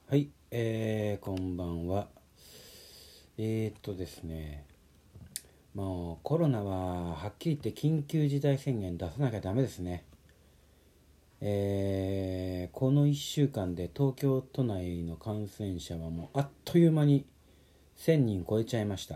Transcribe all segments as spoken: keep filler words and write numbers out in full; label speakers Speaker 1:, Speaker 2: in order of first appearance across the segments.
Speaker 1: はい、えー、こんばんは。えー、っとですね、もうコロナははっきり言って緊急事態宣言出さなきゃダメですね。えー、このいっしゅうかんで東京都内の感染者はもうあっという間にせんにん超えちゃいました。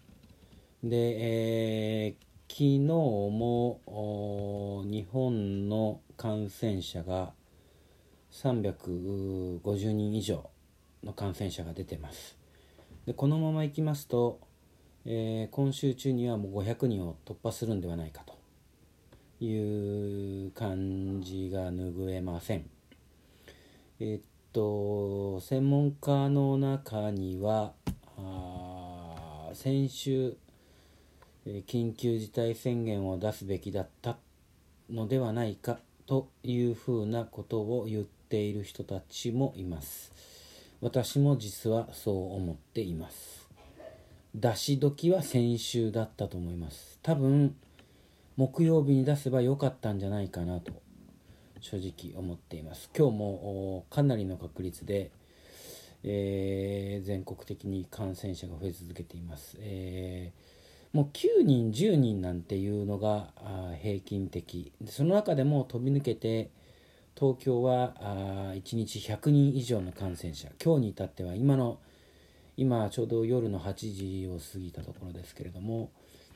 Speaker 1: で、えー、昨日も日本の感染者がさんびゃくごじゅうにん以上の感染者が出てます。でこのままいきますと、えー今週中にはもうごひゃくにんを突破するんではないかという感じが拭えません。えっと専門家の中にはあ先週、えー緊急事態宣言を出すべきだったのではないかというふうなことを言っている人たちもいます。私も実はそう思っています。出し時は先週だったと思います。多分木曜日に出せばよかったんじゃないかなと正直思っています。今日もかなりの確率で、えー全国的に感染者が増え続けています。えーもうきゅうにんじゅうにんなんていうのが平均的。その中でも飛び抜けて東京はいちにちひゃくにん以上の感染者、今日に至っては今の今ちょうど夜のはちじを過ぎたところですけれども、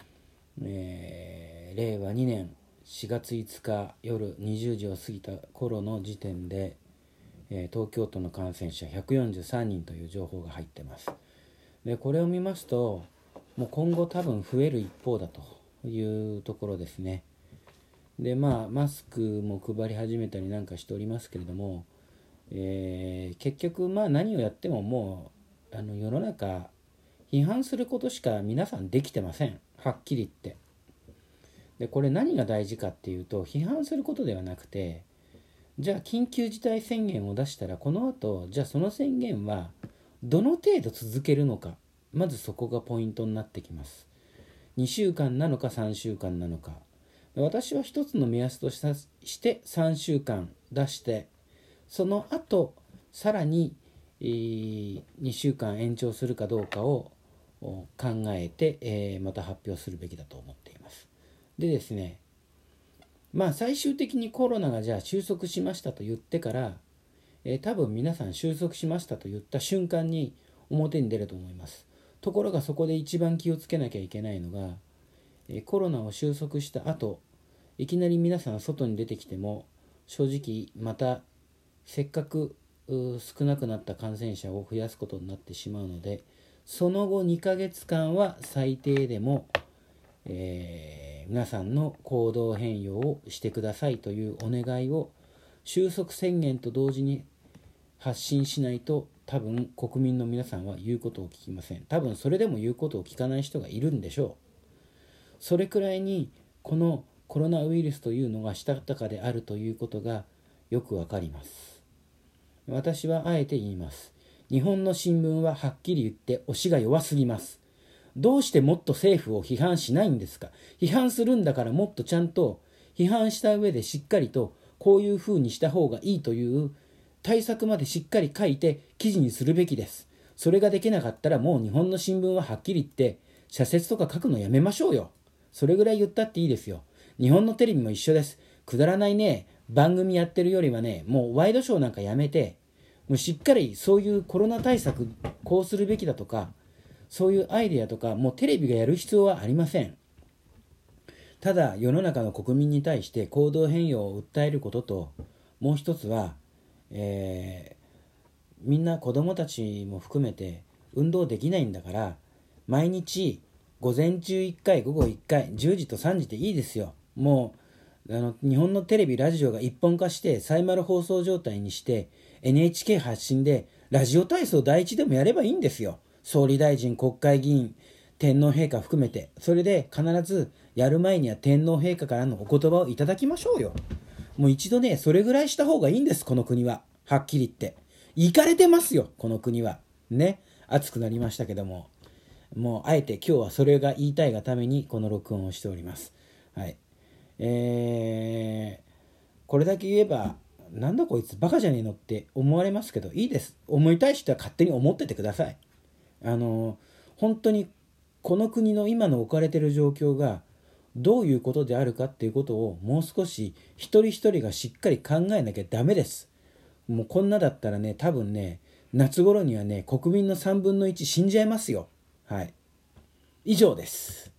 Speaker 1: えー、れいわにねんしがついつか夜にじゅうじを過ぎた頃の時点で、えー、東京都の感染者ひゃくよんじゅうさんにんという情報が入っています。でこれを見ますともう今後多分増える一方だというところですね。でまあマスクも配り始めたりなんかしておりますけれども、えー結局まあ何をやってももうあの世の中批判することしか皆さんできてません、はっきり言って。でこれ何が大事かっていうと、批判することではなくて、じゃあ緊急事態宣言を出したらこの後じゃあその宣言はどの程度続けるのか、まずそこがポイントになってきます。にしゅうかんなのかさんしゅうかんなのか。私は一つの目安としてさんしゅうかん出して、その後さらににしゅうかん延長するかどうかを考えて、えーまた発表するべきだと思っています。でですね、まあ最終的にコロナがじゃあ収束しましたと言ってから、えー多分皆さん収束しましたと言った瞬間に表に出ると思います。ところがそこで一番気をつけなきゃいけないのが、えーコロナを収束した後いきなり皆さん外に出てきても正直またせっかく少なくなった感染者を増やすことになってしまうので、その後にかげつかんは最低でも、えー皆さんの行動変容をしてくださいというお願いを収束宣言と同時に発信しないと、多分国民の皆さんは言うことを聞きません。多分それでも言うことを聞かない人がいるんでしょう。それくらいにこのコロナウイルスというのがしたたかであるということがよくわかります。私はあえて言います。日本の新聞ははっきり言って押しが弱すぎます。どうしてもっと政府を批判しないんですか。批判するんだからもっとちゃんと批判した上でしっかりとこういうふうにした方がいいという対策までしっかり書いて記事にするべきです。それができなかったらもう日本の新聞ははっきり言って社説とか書くのやめましょうよ。それぐらい言ったっていいですよ。日本のテレビも一緒です。くだらないね番組やってるよりはね、もうワイドショーなんかやめて、もうしっかりそういうコロナ対策こうするべきだとか、そういうアイデアとかもうテレビがやる必要はありません。ただ世の中の国民に対して行動変容を訴えることと、もう一つは、えーみんな子供たちも含めて運動できないんだから、毎日午前中いっかい午後いっかいじゅうじとさんじでいいですよ。もうあの日本のテレビラジオが一本化してサイマル放送状態にして エヌエイチケー 発信でラジオ体操第一でもやればいいんですよ。総理大臣、国会議員、天皇陛下含めて。それで必ずやる前には天皇陛下からのお言葉をいただきましょうよ。もう一度ね、それぐらいした方がいいんです、この国は。はっきり言って。行かれてますよ、この国は。ね。熱くなりましたけども。もう、あえて今日はそれが言いたいがために、この録音をしております。はい。えー、これだけ言えば、 なんだこいつバカじゃねえのって思われますけど、いいです。思いたい人は勝手に思っててください。あの本当にこの国の今の置かれている状況がどういうことであるかっていうことをもう少し一人一人がしっかり考えなきゃダメです。もうこんなだったらね、多分ね、夏頃にはね、国民のさんぶんのいち死んじゃいますよ。はい。以上です。